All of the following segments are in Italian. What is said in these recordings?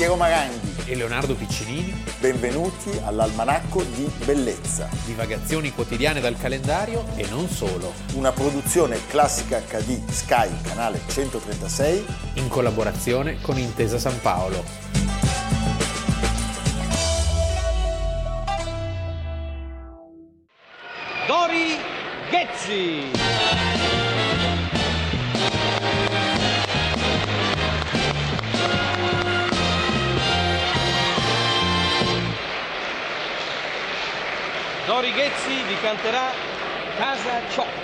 Piero Maranghi e Leonardo Piccinini. Benvenuti all'Almanacco di Bellezza. Divagazioni quotidiane dal calendario e non solo. Una produzione Classica HD Sky, canale 136. In collaborazione con Intesa San Paolo. Dori Ghezzi. Dori Ghezzi vi canterà Casa Ciò.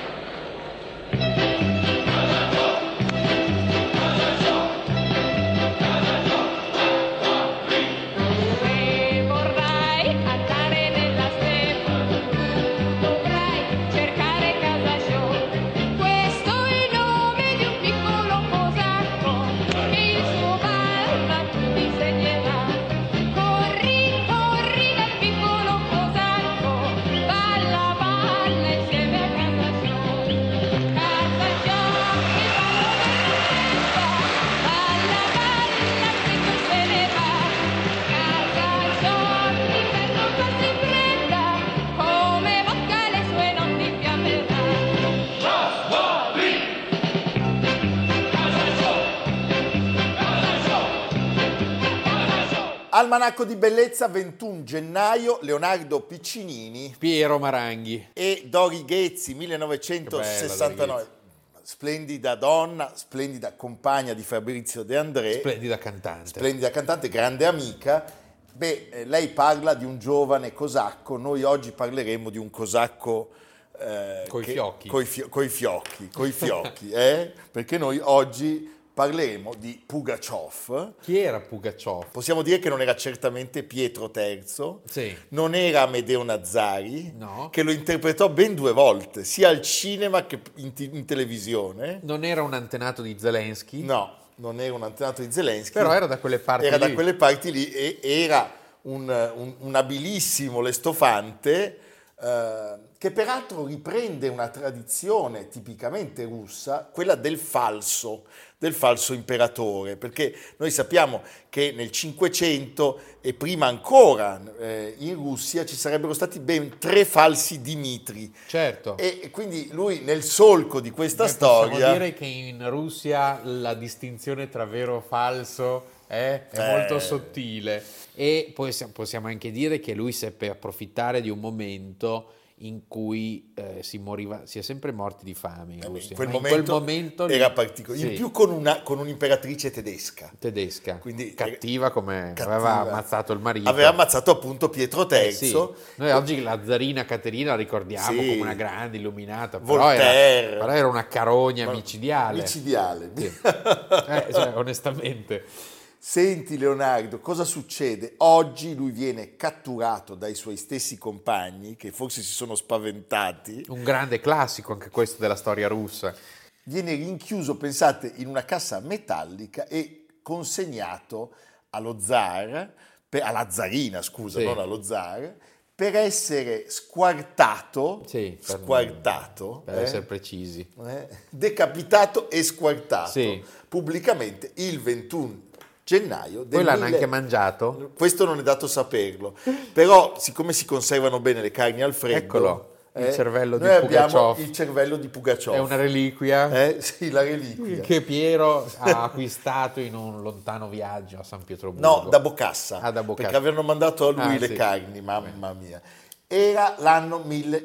Almanacco di Bellezza, 21 gennaio, Leonardo Piccinini, Piero Maranghi e Dori Ghezzi, 1969. Splendida donna, splendida compagna di Fabrizio De André. Splendida cantante, grande amica. Lei parla di un giovane cosacco, noi oggi parleremo di un cosacco coi fiocchi, perché noi oggi parleremo di Pugaciov. Chi era Pugaciov? Possiamo dire che non era certamente Pietro III, sì. Non era Amedeo Nazzari, no. Che lo interpretò ben 2 volte, sia al cinema che in televisione. Non era un antenato di Zelensky? No, non era un antenato di Zelensky. Però era da quelle parti da quelle parti lì e era un abilissimo lestofante, che peraltro riprende una tradizione tipicamente russa, quella del falso imperatore, perché noi sappiamo che nel 500 e prima ancora in Russia ci sarebbero stati ben 3 falsi Dimitri. Certo. E quindi lui nel solco di questa storia... Possiamo dire che in Russia la distinzione tra vero e falso è molto sottile, e poi possiamo anche dire che lui seppe approfittare di un momento in cui si è sempre morti di fame in Russia. In quel momento era particolare, sì. In più con un'imperatrice tedesca, quindi cattiva, aveva ammazzato il marito, aveva ammazzato appunto Pietro III. Sì. Noi oggi la zarina Caterina la ricordiamo come una grande illuminata, però era una carogna micidiale. Sì. Onestamente. Senti Leonardo, cosa succede? Oggi lui viene catturato dai suoi stessi compagni, che forse si sono spaventati. Un grande classico anche questo della storia russa. Viene rinchiuso, pensate, in una cassa metallica e consegnato allo zar, alla zarina, scusa, non allo zar, per essere squartato, per essere precisi, decapitato e squartato pubblicamente il 21 gennaio del Poi l'hanno anche mangiato? Questo non è dato saperlo, però siccome si conservano bene le carni al freddo, eccolo, il cervello di Pugaciov. Il cervello di Pugaciov è una reliquia, sì, la reliquia che Piero ha acquistato in un lontano viaggio a San Pietroburgo. No, da Bocassa, perché avevano mandato a lui le carni, mamma mia. Era l'anno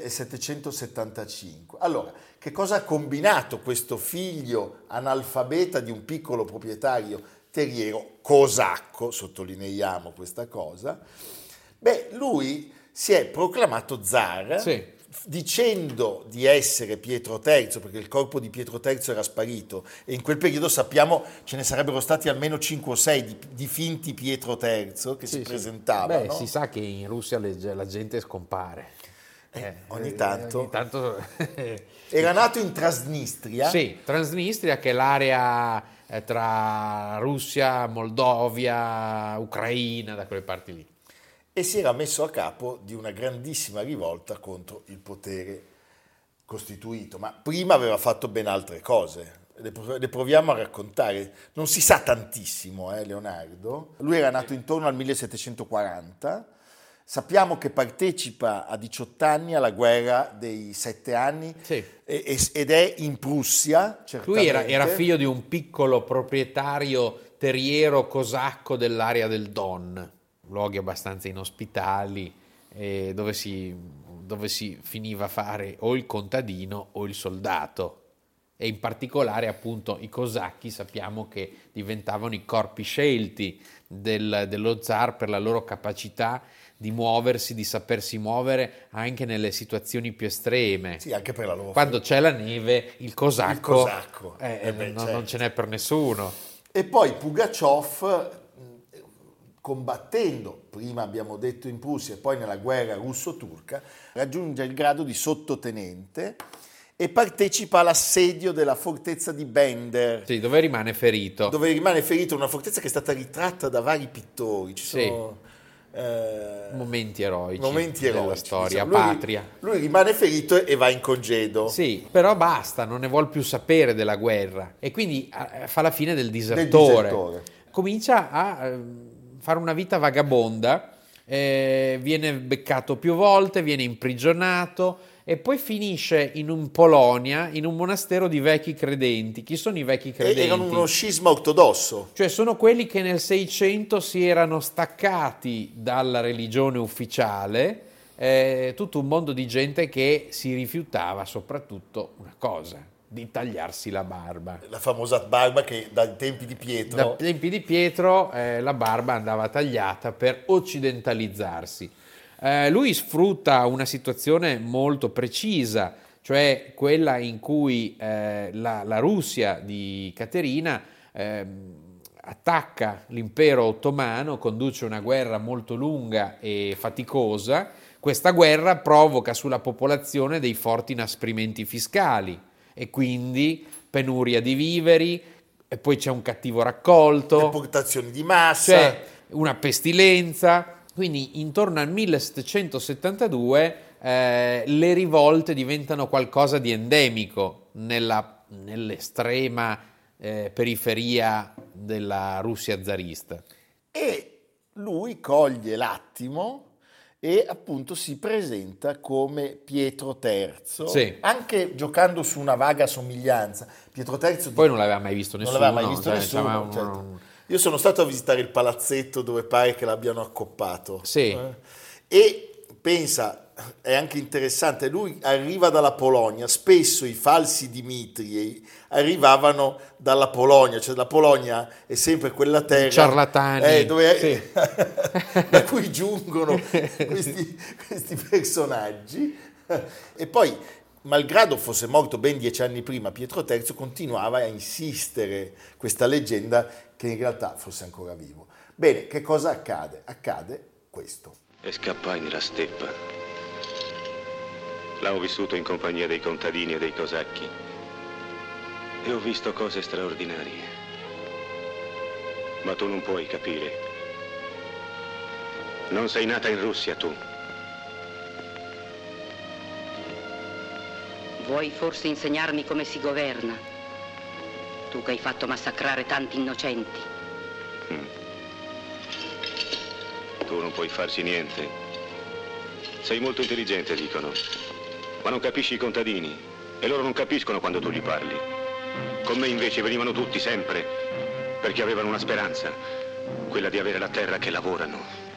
1775. Allora, che cosa ha combinato questo figlio analfabeta di un piccolo proprietario terriero cosacco, sottolineiamo questa cosa? Lui si è proclamato zar, dicendo di essere Pietro III, perché il corpo di Pietro III era sparito, e in quel periodo sappiamo ce ne sarebbero stati almeno 5 o 6 di finti Pietro III che si presentavano. Si sa che in Russia la gente scompare. Ogni tanto. Era nato in Transnistria. Sì, Transnistria, che è l'area tra Russia, Moldovia, Ucraina, da quelle parti lì. E si era messo a capo di una grandissima rivolta contro il potere costituito, ma prima aveva fatto ben altre cose. le proviamo a raccontare. Non si sa tantissimo, Leonardo. Lui era nato intorno al 1740. Sappiamo che partecipa a 18 anni alla guerra dei 7 anni, Sì. Ed è in Prussia, Lui certamente. era figlio di un piccolo proprietario terriero cosacco dell'area del Don, luoghi abbastanza inospitali, dove si finiva a fare o il contadino o il soldato. E in particolare appunto i cosacchi sappiamo che diventavano i corpi scelti dello zar per la loro capacità di muoversi, di sapersi muovere anche nelle situazioni più estreme. Sì, anche per la loro Quando c'è la neve, il cosacco, non certo. ce n'è per nessuno. E poi Pugaciov, combattendo, prima abbiamo detto in Prussia e poi nella guerra russo-turca, raggiunge il grado di sottotenente e partecipa all'assedio della fortezza di Bender. Sì, dove rimane ferito. Dove rimane ferito, una fortezza che è stata ritratta da vari pittori. Ci sono momenti eroici insomma. della storia, patria. Lui rimane ferito e va in congedo. Sì, però basta, non ne vuol più sapere della guerra e quindi fa la fine del disertore. Comincia a fare una vita vagabonda, viene beccato più volte, viene imprigionato e poi finisce in Polonia in un monastero di vecchi credenti. Chi sono i vecchi credenti? Erano uno scisma ortodosso. Cioè sono quelli che nel 600 si erano staccati dalla religione ufficiale, tutto un mondo di gente che si rifiutava soprattutto una cosa, di tagliarsi la barba. La famosa barba che dai tempi di Pietro. Dai tempi di Pietro la barba andava tagliata per occidentalizzarsi. Lui sfrutta una situazione molto precisa, cioè quella in cui la Russia di Caterina attacca l'impero ottomano, conduce una guerra molto lunga e faticosa. Questa guerra provoca sulla popolazione dei forti inasprimenti fiscali e quindi penuria di viveri, e poi c'è un cattivo raccolto, deportazioni di massa, c'è una pestilenza. Quindi intorno al 1772 le rivolte diventano qualcosa di endemico nell'estrema periferia della Russia zarista. E lui coglie l'attimo e appunto si presenta come Pietro III, Sì. anche giocando su una vaga somiglianza. Pietro III Poi non l'aveva mai visto nessuno. Non l'aveva mai visto nessuno, certo. Io sono stato a visitare il palazzetto dove pare che l'abbiano accoppato. Sì. E pensa, è anche interessante, lui arriva dalla Polonia, spesso i falsi Dimitri arrivavano dalla Polonia, cioè la Polonia è sempre quella terra ciarlatani, da cui giungono questi personaggi. E poi, malgrado fosse morto ben 10 anni prima, Pietro III continuava a insistere questa leggenda che in realtà fosse ancora vivo. Bene, che cosa accade? Accade questo. E scappai nella steppa. Là ho vissuto in compagnia dei contadini e dei cosacchi e ho visto cose straordinarie. Ma tu non puoi capire. Non sei nata in Russia, tu. Vuoi forse insegnarmi come si governa? Tu che hai fatto massacrare tanti innocenti. Tu non puoi farci niente. Sei molto intelligente, dicono. Ma non capisci i contadini. E loro non capiscono quando tu gli parli. Con me invece venivano tutti sempre. Perché avevano una speranza. Quella di avere la terra che lavorano.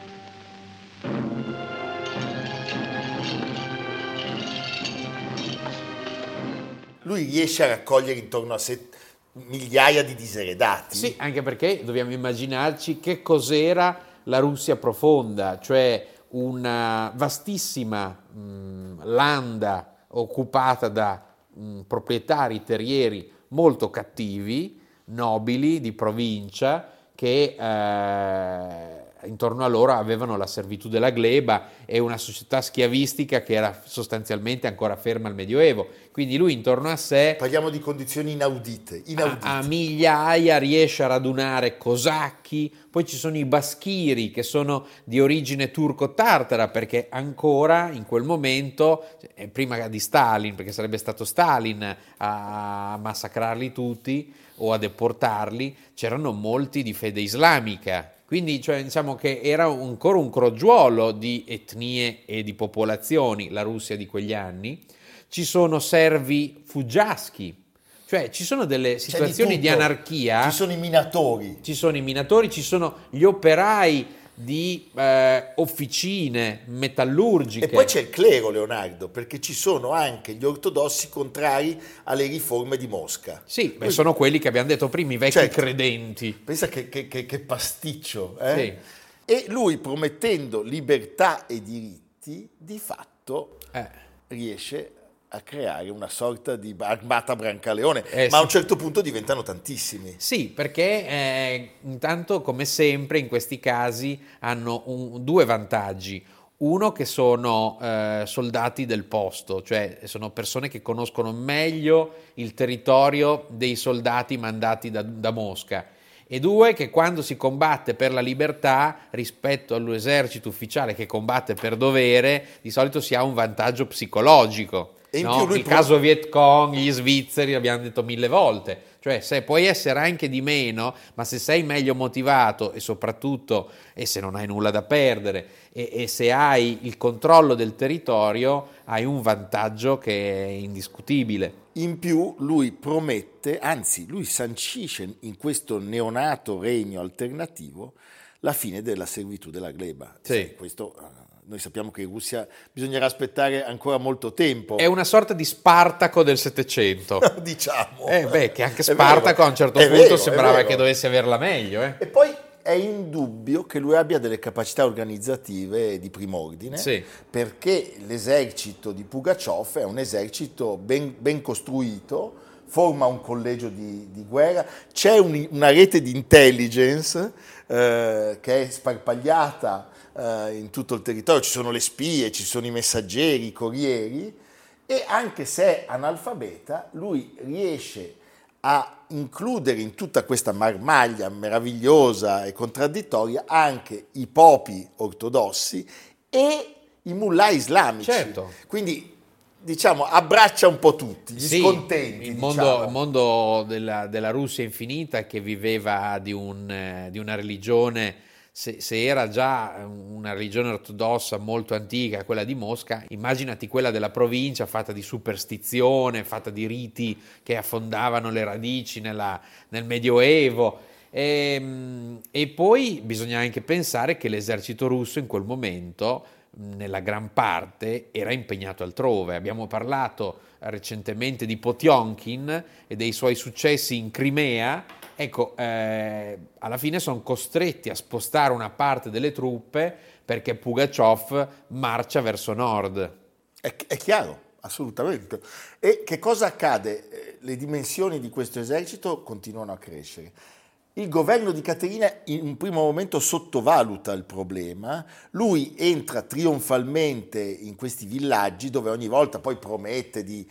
Lui riesce a raccogliere intorno a migliaia di diseredati. Sì, anche perché dobbiamo immaginarci che cos'era la Russia profonda, cioè una vastissima landa occupata da proprietari terrieri molto cattivi, nobili di provincia, che intorno a loro avevano la servitù della gleba e una società schiavistica che era sostanzialmente ancora ferma al Medioevo. Quindi lui intorno a sé, Parliamo di condizioni inaudite. a migliaia, riesce a radunare cosacchi. Poi ci sono i baschiri, che sono di origine turco-tartara, perché ancora in quel momento, prima di Stalin, perché sarebbe stato Stalin a massacrarli tutti o a deportarli, c'erano molti di fede islamica. Quindi diciamo che era ancora un crogiuolo di etnie e di popolazioni, la Russia di quegli anni. Ci sono servi fuggiaschi, cioè ci sono delle situazioni di anarchia. Ci sono i minatori. Ci sono i minatori, ci sono gli operai di officine metallurgiche. E poi c'è il clero, Leonardo, perché ci sono anche gli ortodossi contrari alle riforme di Mosca. Sì, sono quelli che abbiamo detto prima, i vecchi Certo. credenti. Pensa che pasticcio. Sì. E lui, promettendo libertà e diritti, di fatto riesce a creare una sorta di armata Brancaleone, ma a un certo punto diventano tantissimi. Sì, perché intanto, come sempre, in questi casi hanno due vantaggi. Uno, che sono soldati del posto, cioè sono persone che conoscono meglio il territorio dei soldati mandati da Mosca. E due, che quando si combatte per la libertà rispetto all'esercito ufficiale che combatte per dovere, di solito si ha un vantaggio psicologico. E in No? più lui Il caso Viet Cong, gli svizzeri, l'abbiamo detto 1000 volte. Cioè, se puoi essere anche di meno, ma se sei meglio motivato e soprattutto, e se non hai nulla da perdere, e se hai il controllo del territorio, hai un vantaggio che è indiscutibile. In più lui promette, anzi lui sancisce in questo neonato regno alternativo la fine della servitù della gleba. Sì. Questo, noi sappiamo che in Russia bisognerà aspettare ancora molto tempo. È una sorta di Spartaco del Settecento. Diciamo. Che anche È Spartaco vero, a un certo è punto vero, sembrava è vero. che dovesse averla meglio. E poi è indubbio che lui abbia delle capacità organizzative di prim'ordine, Sì. perché l'esercito di Pugaciov è un esercito ben costruito, forma un collegio di guerra, c'è una rete di intelligence che è sparpagliata in tutto il territorio, ci sono le spie, ci sono i messaggeri, i corrieri, e anche se è analfabeta, lui riesce a includere in tutta questa marmaglia meravigliosa e contraddittoria anche i popi ortodossi e i mullah islamici. Certo. Quindi, diciamo, abbraccia un po' tutti, gli Sì, scontenti. il diciamo. mondo della Russia infinita, che viveva di una religione, se era già una religione ortodossa molto antica, quella di Mosca, immaginati quella della provincia, fatta di superstizione, fatta di riti che affondavano le radici nel Medioevo. E poi bisogna anche pensare che l'esercito russo in quel momento, nella gran parte, era impegnato altrove. Abbiamo parlato recentemente di Potionkin e dei suoi successi in Crimea. Ecco, alla fine sono costretti a spostare una parte delle truppe perché Pugaciov marcia verso nord. È chiaro, assolutamente. E che cosa accade? Le dimensioni di questo esercito continuano a crescere. Il governo di Caterina in un primo momento sottovaluta il problema, lui entra trionfalmente in questi villaggi dove ogni volta poi promette di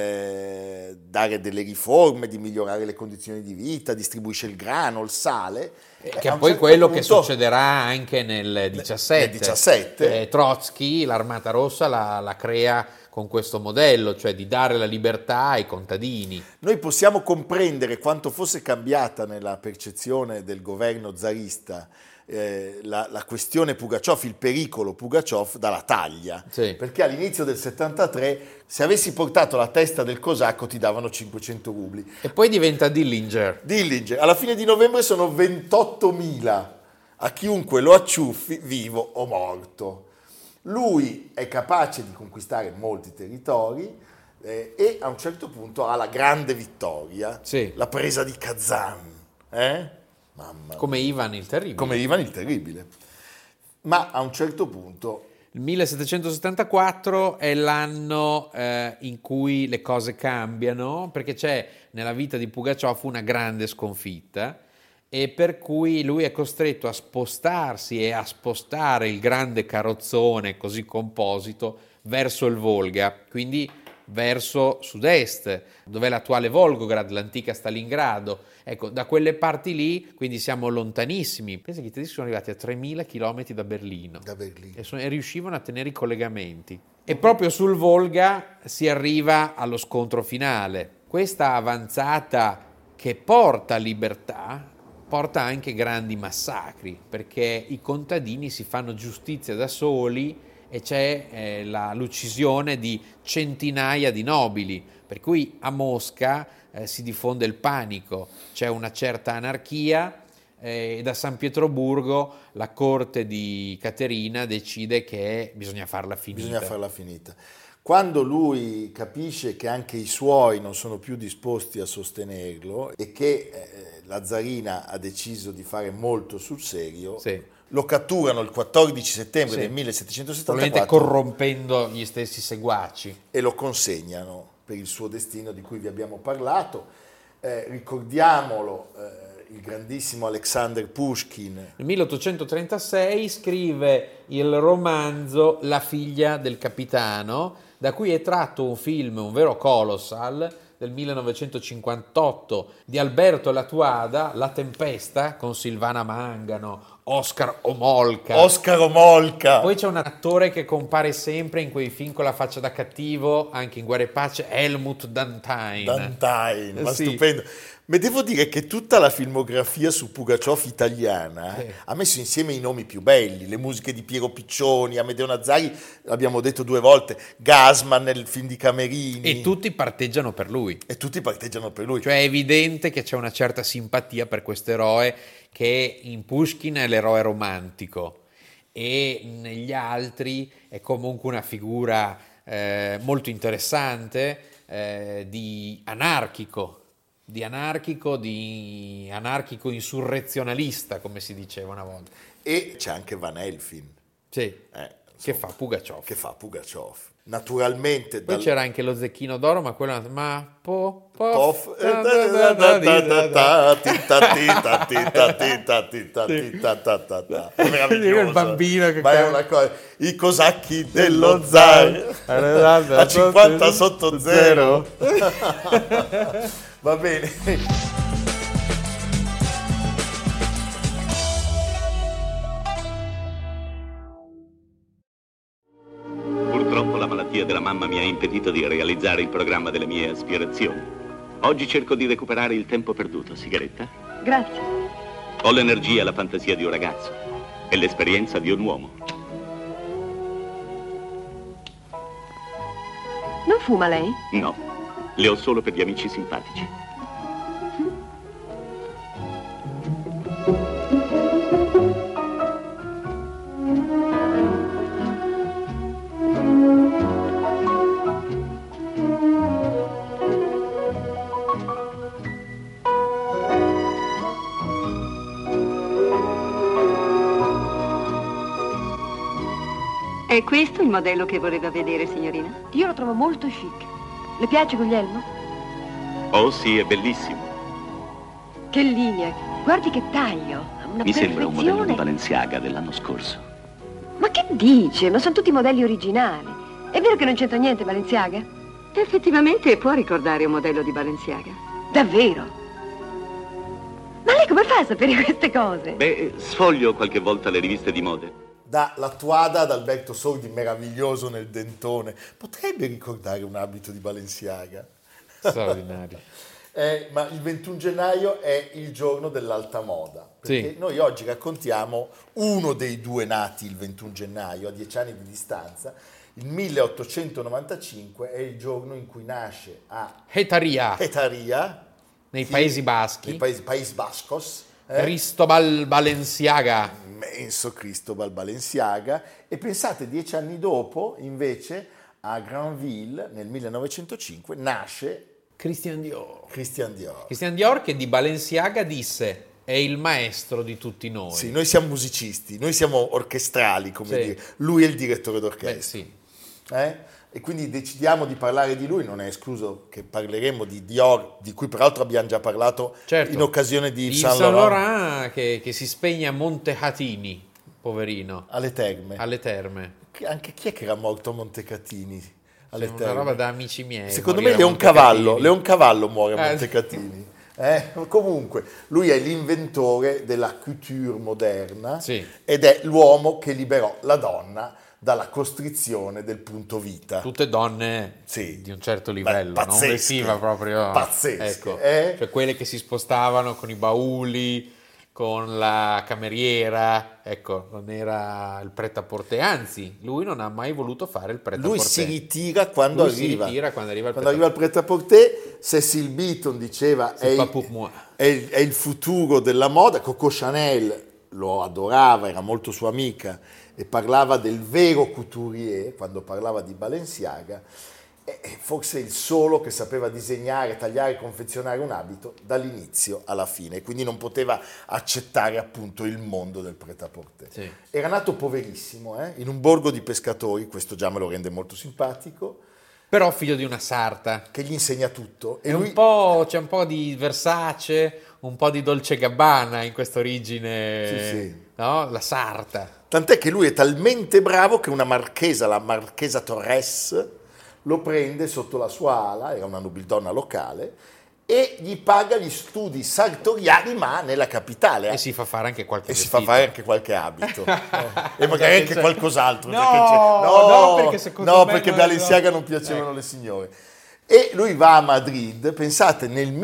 dare delle riforme, di migliorare le condizioni di vita, distribuisce il grano, il sale. Che è poi quello che succederà anche nel 17. Nel 17. Trotsky, l'Armata Rossa, la crea con questo modello, cioè di dare la libertà ai contadini. Noi possiamo comprendere quanto fosse cambiata nella percezione del governo zarista la questione Pugaciov, il pericolo Pugaciov dalla taglia, Sì. perché all'inizio del 73 se avessi portato la testa del cosacco ti davano 500 rubli. E poi diventa Dillinger. Alla fine di novembre sono 28.000 a chiunque lo acciuffi, vivo o morto. Lui è capace di conquistare molti territori e a un certo punto ha la grande vittoria, Sì. la presa di Kazan. Mamma. Come Ivan il Terribile. Come Ivan il Terribile. Ma a un certo punto... Il 1774 è l'anno in cui le cose cambiano, perché c'è nella vita di Pugaciov una grande sconfitta e per cui lui è costretto a spostarsi e a spostare il grande carrozzone così composito verso il Volga, quindi verso sud-est, dove è l'attuale Volgograd, l'antica Stalingrado. Ecco, da quelle parti lì, quindi siamo lontanissimi. Pensa che i tedeschi sono arrivati a 3.000 chilometri da Berlino. E riuscivano a tenere i collegamenti. E proprio sul Volga si arriva allo scontro finale. Questa avanzata che porta libertà porta anche grandi massacri, perché i contadini si fanno giustizia da soli e c'è l'uccisione di centinaia di nobili, per cui a Mosca si diffonde il panico, c'è una certa anarchia e da San Pietroburgo la corte di Caterina decide che bisogna farla finita. Quando lui capisce che anche i suoi non sono più disposti a sostenerlo e che la zarina ha deciso di fare molto sul serio, lo catturano il 14 settembre del 1774, probabilmente corrompendo gli stessi seguaci, e lo consegnano per il suo destino di cui vi abbiamo parlato. Ricordiamolo, il grandissimo Alexander Pushkin nel 1836 scrive il romanzo La figlia del capitano, da cui è tratto un film, un vero colossal, del 1958 di Alberto Latuada, La tempesta, con Silvana Mangano, Oscar Omolka. Poi c'è un attore che compare sempre in quei film con la faccia da cattivo, anche in Guerra e Pace, Helmut Dantein, ma stupendo. Ma devo dire che tutta la filmografia su Pugaciov italiana ha messo insieme i nomi più belli, le musiche di Piero Piccioni, Amedeo Nazzari, l'abbiamo detto 2 volte, Gassman nel film di Camerini. E tutti parteggiano per lui. Cioè è evidente che c'è una certa simpatia per questo eroe, che in Pushkin è l'eroe romantico e negli altri è comunque una figura molto interessante, di anarchico insurrezionalista, come si diceva una volta. E c'è anche Van Helfin. Che fa Pugaciov. Naturalmente. Poi c'era anche lo Zecchino d'Oro, ma quello. Il bambino che è una cosa. I cosacchi dello zar a 50 sotto zero. Va bene. Della mamma mi ha impedito di realizzare il programma delle mie aspirazioni. Oggi cerco di recuperare il tempo perduto. Sigaretta? Grazie. Ho l'energia e la fantasia di un ragazzo e l'esperienza di un uomo. Non fuma lei? No, le ho solo per gli amici simpatici. È questo il modello che voleva vedere, signorina? Io lo trovo molto chic. Le piace Guglielmo? Oh sì, è bellissimo. Che linea, guardi che taglio. Una Mi sembra un modello di perfezione. Balenciaga dell'anno scorso. Ma che dice? Ma sono tutti modelli originali. È vero che non c'entra niente Balenciaga? Effettivamente può ricordare un modello di Balenciaga. Davvero? Ma lei come fa a sapere queste cose? Beh, sfoglio qualche volta le riviste di mode. Da Latuada ad Alberto Sordi, meraviglioso nel dentone. Potrebbe ricordare un abito di Balenciaga. Straordinario. Ma il 21 gennaio è il giorno dell'alta moda. Perché noi oggi raccontiamo uno dei 2 nati il 21 gennaio, a 10 anni di distanza. Il 1895 è il giorno in cui nasce a Hetaria, nei Paesi Baschi, Paesi Bascos, Cristobal Balenciaga. Immenso Cristobal Balenciaga. E pensate, 10 anni dopo, invece, a Granville, nel 1905, nasce Christian Dior. Christian Dior, che di Balenciaga disse: è il maestro di tutti noi. Sì, noi siamo musicisti, noi siamo orchestrali, come dire. Lui è il direttore d'orchestra. e quindi decidiamo di parlare di lui, non è escluso che parleremo di Dior, di cui peraltro abbiamo già parlato in occasione di Yves Saint Saint Laurent. Laurent che si spegne a Montecatini, poverino, Alle terme. alle terme. Anche chi è che era morto a Montecatini? Alle Una terme? roba da amici miei. Secondo morire me a Montecatini. Leoncavallo muore a Montecatini. Comunque, lui è l'inventore della couture moderna Sì. ed è l'uomo che liberò la donna dalla costrizione del punto vita. Tutte donne Sì. di un certo livello, non pazzesche, vestiva proprio... pazzesche, Ecco, eh? cioè quelle che si spostavano con i bauli, con la cameriera, ecco, non era il prêt-à-porter, anzi, lui non ha mai voluto fare il prêt-à-porter. Lui si ritira quando Lui arriva. si ritira quando arriva il Quando arriva il prêt-à-porter, Cecil Beaton diceva C'est pas pour moi. è il futuro della moda. Coco Chanel lo adorava, era molto sua amica e parlava del vero couturier quando parlava di Balenciaga. E forse il solo che sapeva disegnare, tagliare e confezionare un abito dall'inizio alla fine, quindi non poteva accettare appunto il mondo del prêt-à-porter. Sì. Era nato poverissimo, in un borgo di pescatori, questo già me lo rende molto simpatico, Però figlio di una sarta. che gli insegna tutto. E E lui c'è un po' di Versace, un po' di Dolce Gabbana in questa origine, Sì. no? La sarta. Tant'è che lui è talmente bravo che una marchesa, la marchesa Torres, lo prende sotto la sua ala, era una nobildonna locale, e gli paga gli studi sartoriali, ma nella capitale. E si fa fare anche qualche E si fa vestito. fare anche qualche abito. E magari anche Cioè- qualcos'altro. No, perché no, perché secondo me perché non- Balenciaga no. non piacevano le signore. E lui va a Madrid, pensate, nel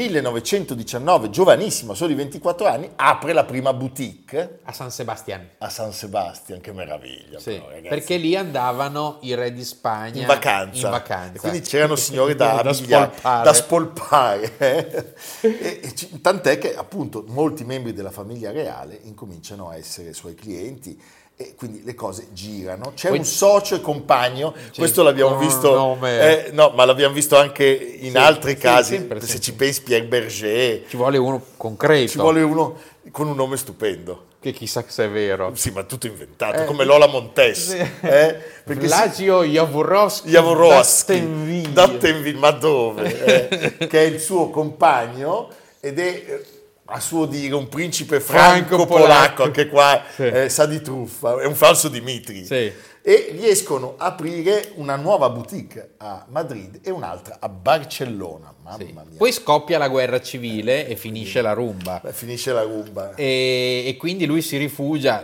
1919, giovanissimo, solo di 24 anni, apre la prima boutique A San Sebastian. a San Sebastian, che meraviglia. Sì, però, ragazzi. perché lì andavano i re di Spagna In vacanza. in vacanza. E quindi c'erano signore da abbigliare, spolpare. da spolpare. Tant'è che appunto molti membri della famiglia reale incominciano a essere suoi clienti e quindi le cose girano. C'è Poi- un socio e compagno, Sì, questo l'abbiamo con un visto, nome- no, ma l'abbiamo visto anche in Sì, altri sì, casi, sempre, se sempre. ci pensi Pierre Berger, Ci vuole uno concreto, ci vuole uno con un nome stupendo. che chissà se è vero. Sì, ma tutto inventato, come Lola Montes. Sì. Perché Vlagio Jaworowski Jaworowski, Dattenville. Dattenville, ma dove? Che è il suo compagno ed è a suo dire un principe franco-polacco, Franco-polacco. anche qua Sì. sa di truffa, è un falso Dimitri. Sì. E riescono a aprire una nuova boutique a Madrid e un'altra a Barcellona, mamma Sì. mia. Poi scoppia la guerra civile e finisce la rumba. Beh, finisce la rumba. E quindi lui si rifugia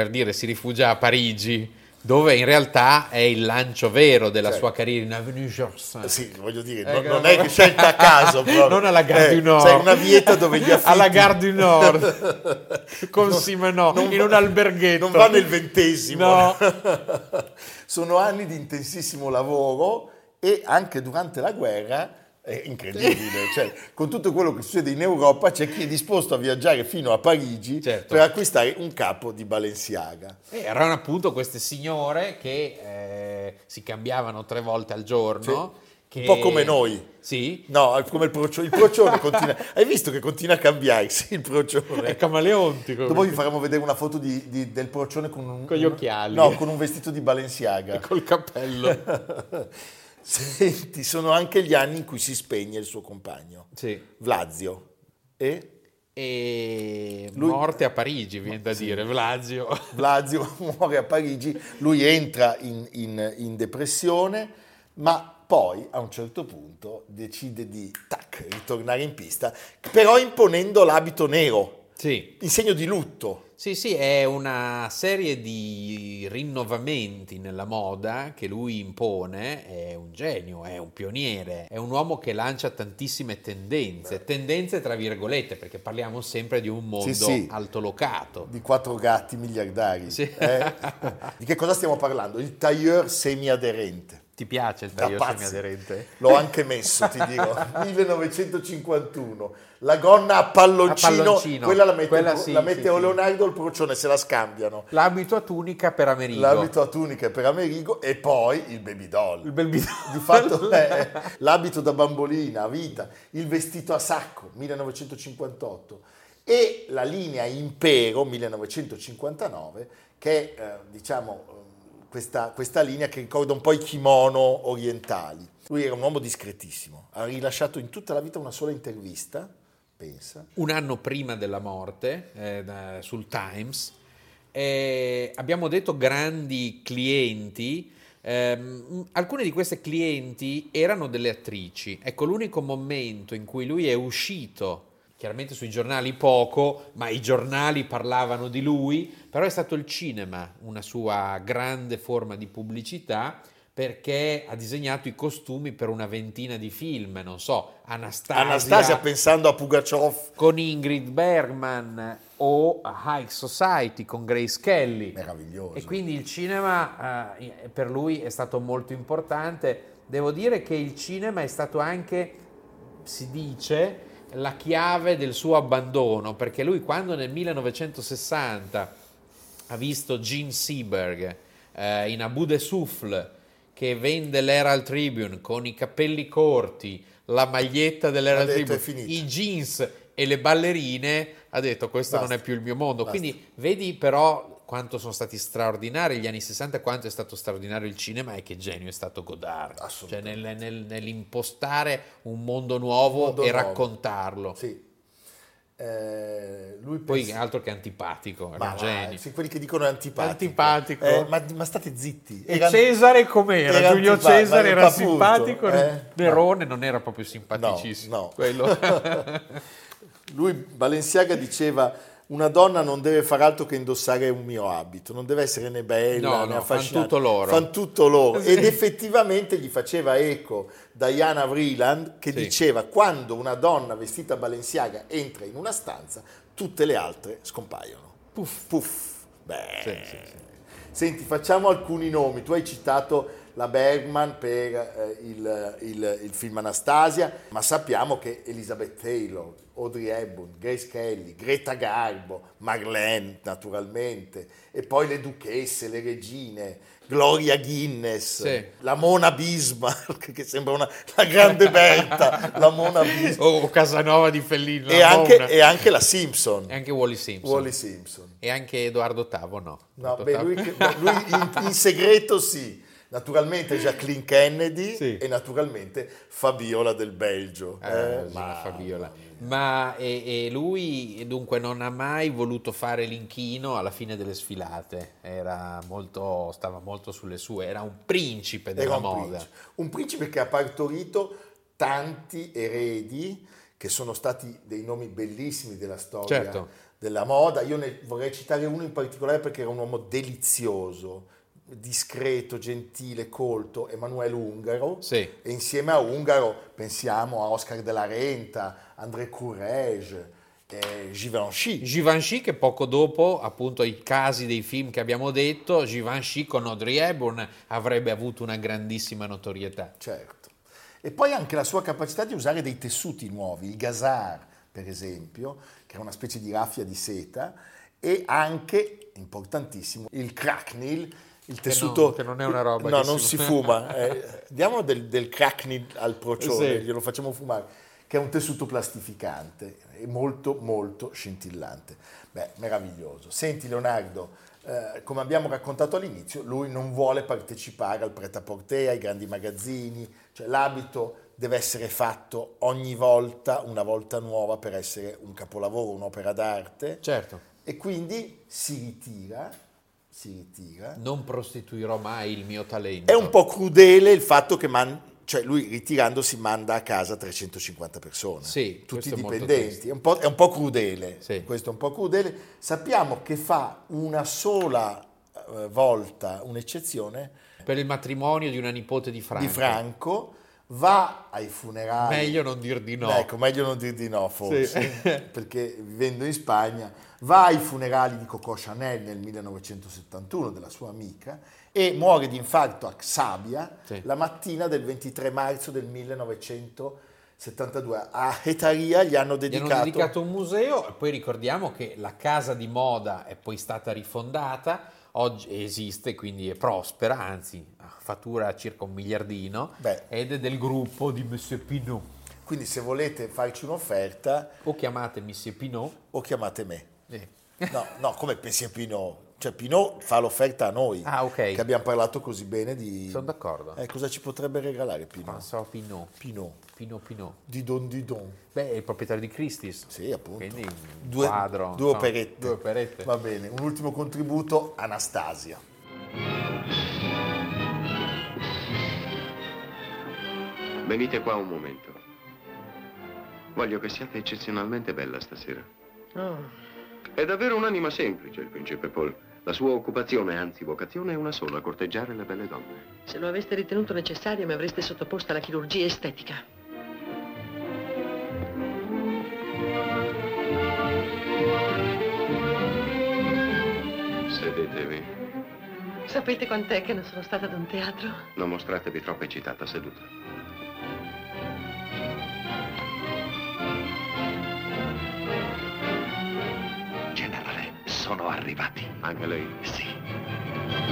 a Parigi, dove in realtà è il lancio vero della Certo. sua carriera in Avenue Georges. Sì, voglio dire, Ecco. non è che scelta a caso proprio. Non alla Gare du Nord. Sai, una vieta dove gli affitti... Alla Gare du Nord con Simenon in un alberghetto. Non va nel 20°. No. Sono anni di intensissimo lavoro e anche durante la guerra è incredibile. Cioè, con tutto quello che succede in Europa c'è chi è disposto a viaggiare fino a Parigi Certo. per acquistare un capo di Balenciaga. Erano appunto queste signore che si cambiavano 3 volte al giorno. Che... Un po' come noi. Sì. No, come il procione continua. Hai visto che continua a cambiarsi il procione? È camaleontico. Dopo vi faremo vedere una foto del procione con Con gli occhiali. No, con un vestito di Balenciaga. E col cappello. Senti, sono anche gli anni in cui si spegne il suo compagno, Sì. Vlazio. E Lui- morte a Parigi, viene da dire, Vlagio. Vlazio muore a Parigi, lui entra in depressione, ma poi a un certo punto decide di ritornare in pista, però imponendo l'abito nero, Sì. in segno di lutto. Sì, sì, è una serie di rinnovamenti nella moda che lui impone, è un genio, è un pioniere, è un uomo che lancia tantissime tendenze tra virgolette, perché parliamo sempre di un mondo Sì. altolocato. Di 4 gatti miliardari. Sì. Di che cosa stiamo parlando? Il tailleur semiaderente. Ti piace il Da taglio pazzi. semiaderente? L'ho anche messo, ti dirò. 1951. La gonna a palloncino, A palloncino. quella la mette, Quella sì, sì, sì. Leonardo, il procione se la scambiano. L'abito a tunica per Amerigo. L'abito a tunica per Amerigo e poi il baby doll. Il bel bidone. Di fatto è l'abito da bambolina a vita, il vestito a sacco 1958 e la linea Impero 1959 che questa linea che ricorda un po' i kimono orientali. Lui era un uomo discretissimo, ha rilasciato in tutta la vita una sola intervista, pensa. Un anno prima della morte, sul Times, abbiamo detto grandi clienti. Alcune di queste clienti erano delle attrici. Ecco, l'unico momento in cui lui è uscito, chiaramente sui giornali poco, ma i giornali parlavano di lui, però è stato il cinema una sua grande forma di pubblicità, perché ha disegnato i costumi per una ventina di film, non so, Anastasia pensando a Pugaciov con Ingrid Bergman o High Society con Grace Kelly. Meraviglioso. E quindi il cinema per lui è stato molto importante. Devo dire che il cinema è stato anche, si dice, la chiave del suo abbandono, perché lui quando nel 1960 ha visto Gene Seberg in Abu de Souffle, che vende l'Herald Tribune con i capelli corti, la maglietta dell'Herald Tribune, i jeans e le ballerine, ha detto questo non è più il mio mondo. Basta. Quindi vedi però quanto sono stati straordinari gli anni 60, quanto è stato straordinario il cinema e che genio è stato Godard, cioè nell'impostare un mondo nuovo e raccontarlo. Sì. Lui poi altro che antipatico, era un genio. Sì, quelli che dicono è antipatico. Ma state zitti. E Cesare com'era? Giulio Cesare era simpatico, Nerone non era proprio simpaticissimo. No. Quello. Lui, Balenciaga, diceva: una donna non deve far altro che indossare un mio abito, non deve essere né bella né affascinante. Fan tutto loro. Sì. Ed effettivamente gli faceva eco Diana Vreeland, che diceva: quando una donna vestita Balenciaga entra in una stanza, tutte le altre scompaiono. Puff. Beh. Sì. Senti, facciamo alcuni nomi. Tu hai citato la Bergman per il film Anastasia, ma sappiamo che Elizabeth Taylor, Audrey Hepburn, Grace Kelly, Greta Garbo, Marlene naturalmente, e poi le duchesse, le regine, Gloria Guinness, la Mona Bismarck, che sembra la grande Berta, la Mona Bismarck. O Casanova di Fellini. E anche la Simpson. E anche Wally Simpson. E anche Edoardo VIII, no? Lui in segreto sì. Naturalmente Jacqueline Kennedy e naturalmente Fabiola del Belgio. Fabiola. Ma lui dunque non ha mai voluto fare l'inchino alla fine delle sfilate, stava molto sulle sue, era un principe della moda. Un principe che ha partorito tanti eredi che sono stati dei nomi bellissimi della storia della moda. Io ne vorrei citare uno in particolare perché era un uomo delizioso, discreto, gentile, colto, Emanuele Ungaro. E insieme a Ungaro pensiamo a Oscar de la Renta, André Courrèges, Givenchy, che poco dopo, appunto, i casi dei film che abbiamo detto, Givenchy con Audrey Hepburn avrebbe avuto una grandissima notorietà. Certo. E poi anche la sua capacità di usare dei tessuti nuovi, il gazar per esempio, che era una specie di raffia di seta, e anche, importantissimo, il cracknil, il tessuto che non è una roba non si fuma. Diamo del cracknil al procione, glielo facciamo fumare, che è un tessuto plastificante e molto molto scintillante. Meraviglioso. Senti Leonardo, come abbiamo raccontato all'inizio, lui non vuole partecipare al prêt-à-porter, ai grandi magazzini, cioè l'abito deve essere fatto ogni volta, una volta nuova, per essere un capolavoro, un'opera d'arte. Certo. E quindi si ritira. Non prostituirò mai il mio talento. È un po' crudele il fatto che lui ritirandosi manda a casa 350 persone, tutti dipendenti. È un po' crudele. Questo è un po' crudele. Sappiamo che fa una sola volta un'eccezione per il matrimonio di una nipote di Franco. Va ai funerali. Meglio non dir di no. Ecco, meglio non dir di no forse, perché vivendo in Spagna va ai funerali di Coco Chanel nel 1971, della sua amica, e muore di infarto a Xabia la mattina del 23 marzo del 1972. A Hetaria gli hanno dedicato un museo, e poi ricordiamo che la casa di moda è poi stata rifondata, oggi esiste, quindi è prospera, anzi fattura circa 1 miliardino, ed è del gruppo di Monsieur Pinault. Quindi se volete farci un'offerta, o chiamate Monsieur Pinault o chiamate me. No, come Monsieur Pinault. Cioè Pinot fa l'offerta a noi, Ah, ok. che abbiamo parlato così bene di... Sono d'accordo. Cosa ci potrebbe regalare Pinot? Pensavo Pinot. Pinot. Didon. Beh, è il proprietario di Christie's. Sì, appunto. Quindi un Due quadro. Due operette. operette. Va bene, un ultimo contributo, Anastasia. Venite qua un momento. Voglio che siate eccezionalmente bella stasera. È davvero un'anima semplice, il principe Paul. La sua occupazione, anzi vocazione, è una sola, corteggiare le belle donne. Se lo aveste ritenuto necessario, mi avreste sottoposta alla chirurgia estetica. Sedetevi. Sapete quant'è che non sono stata ad un teatro? Non mostratevi troppo eccitata, seduta. Generale, sono arrivati. Anche lei? Sì.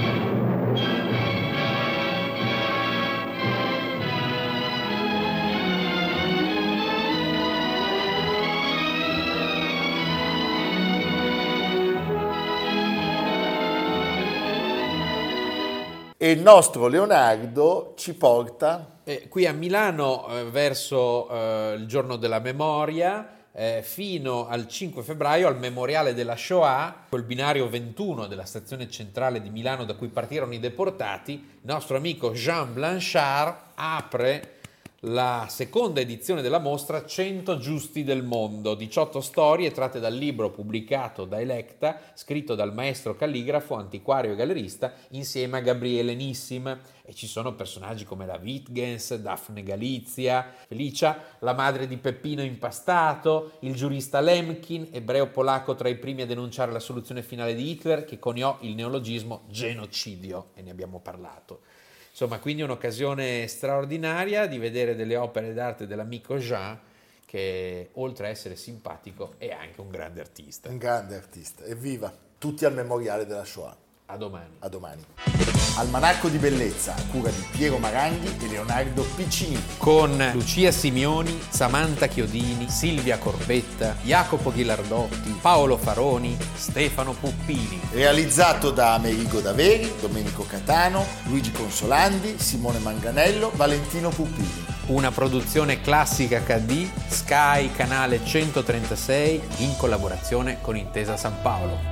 E il nostro Leonardo ci porta... Qui a Milano, verso il giorno della memoria, fino al 5 febbraio al Memoriale della Shoah, col binario 21 della stazione centrale di Milano da cui partirono i deportati, il nostro amico Jean Blanchard apre la seconda edizione della mostra 100 giusti del mondo, 18 storie tratte dal libro pubblicato da Electa, scritto dal maestro calligrafo, antiquario e gallerista, insieme a Gabriele Nissim. E ci sono personaggi come la Wittgens, Daphne Galizia, Felicia, la madre di Peppino Impastato, il giurista Lemkin, ebreo-polacco tra i primi a denunciare la soluzione finale di Hitler, che coniò il neologismo genocidio, e ne abbiamo parlato. Insomma, quindi un'occasione straordinaria di vedere delle opere d'arte dell'amico Jean, che oltre a essere simpatico è anche un grande artista. Un grande artista. Evviva! Tutti al Memoriale della Shoah. A domani. A domani. Almanacco di bellezza, a cura di Piero Maranghi e Leonardo Piccini. Con Lucia Simioni, Samantha Chiodini, Silvia Corbetta, Jacopo Ghilardotti, Paolo Faroni, Stefano Puppini. Realizzato da Amerigo Daveri, Domenico Catano, Luigi Consolandi, Simone Manganello, Valentino Puppini. Una produzione Classica HD, Sky, canale 136, in collaborazione con Intesa San Paolo.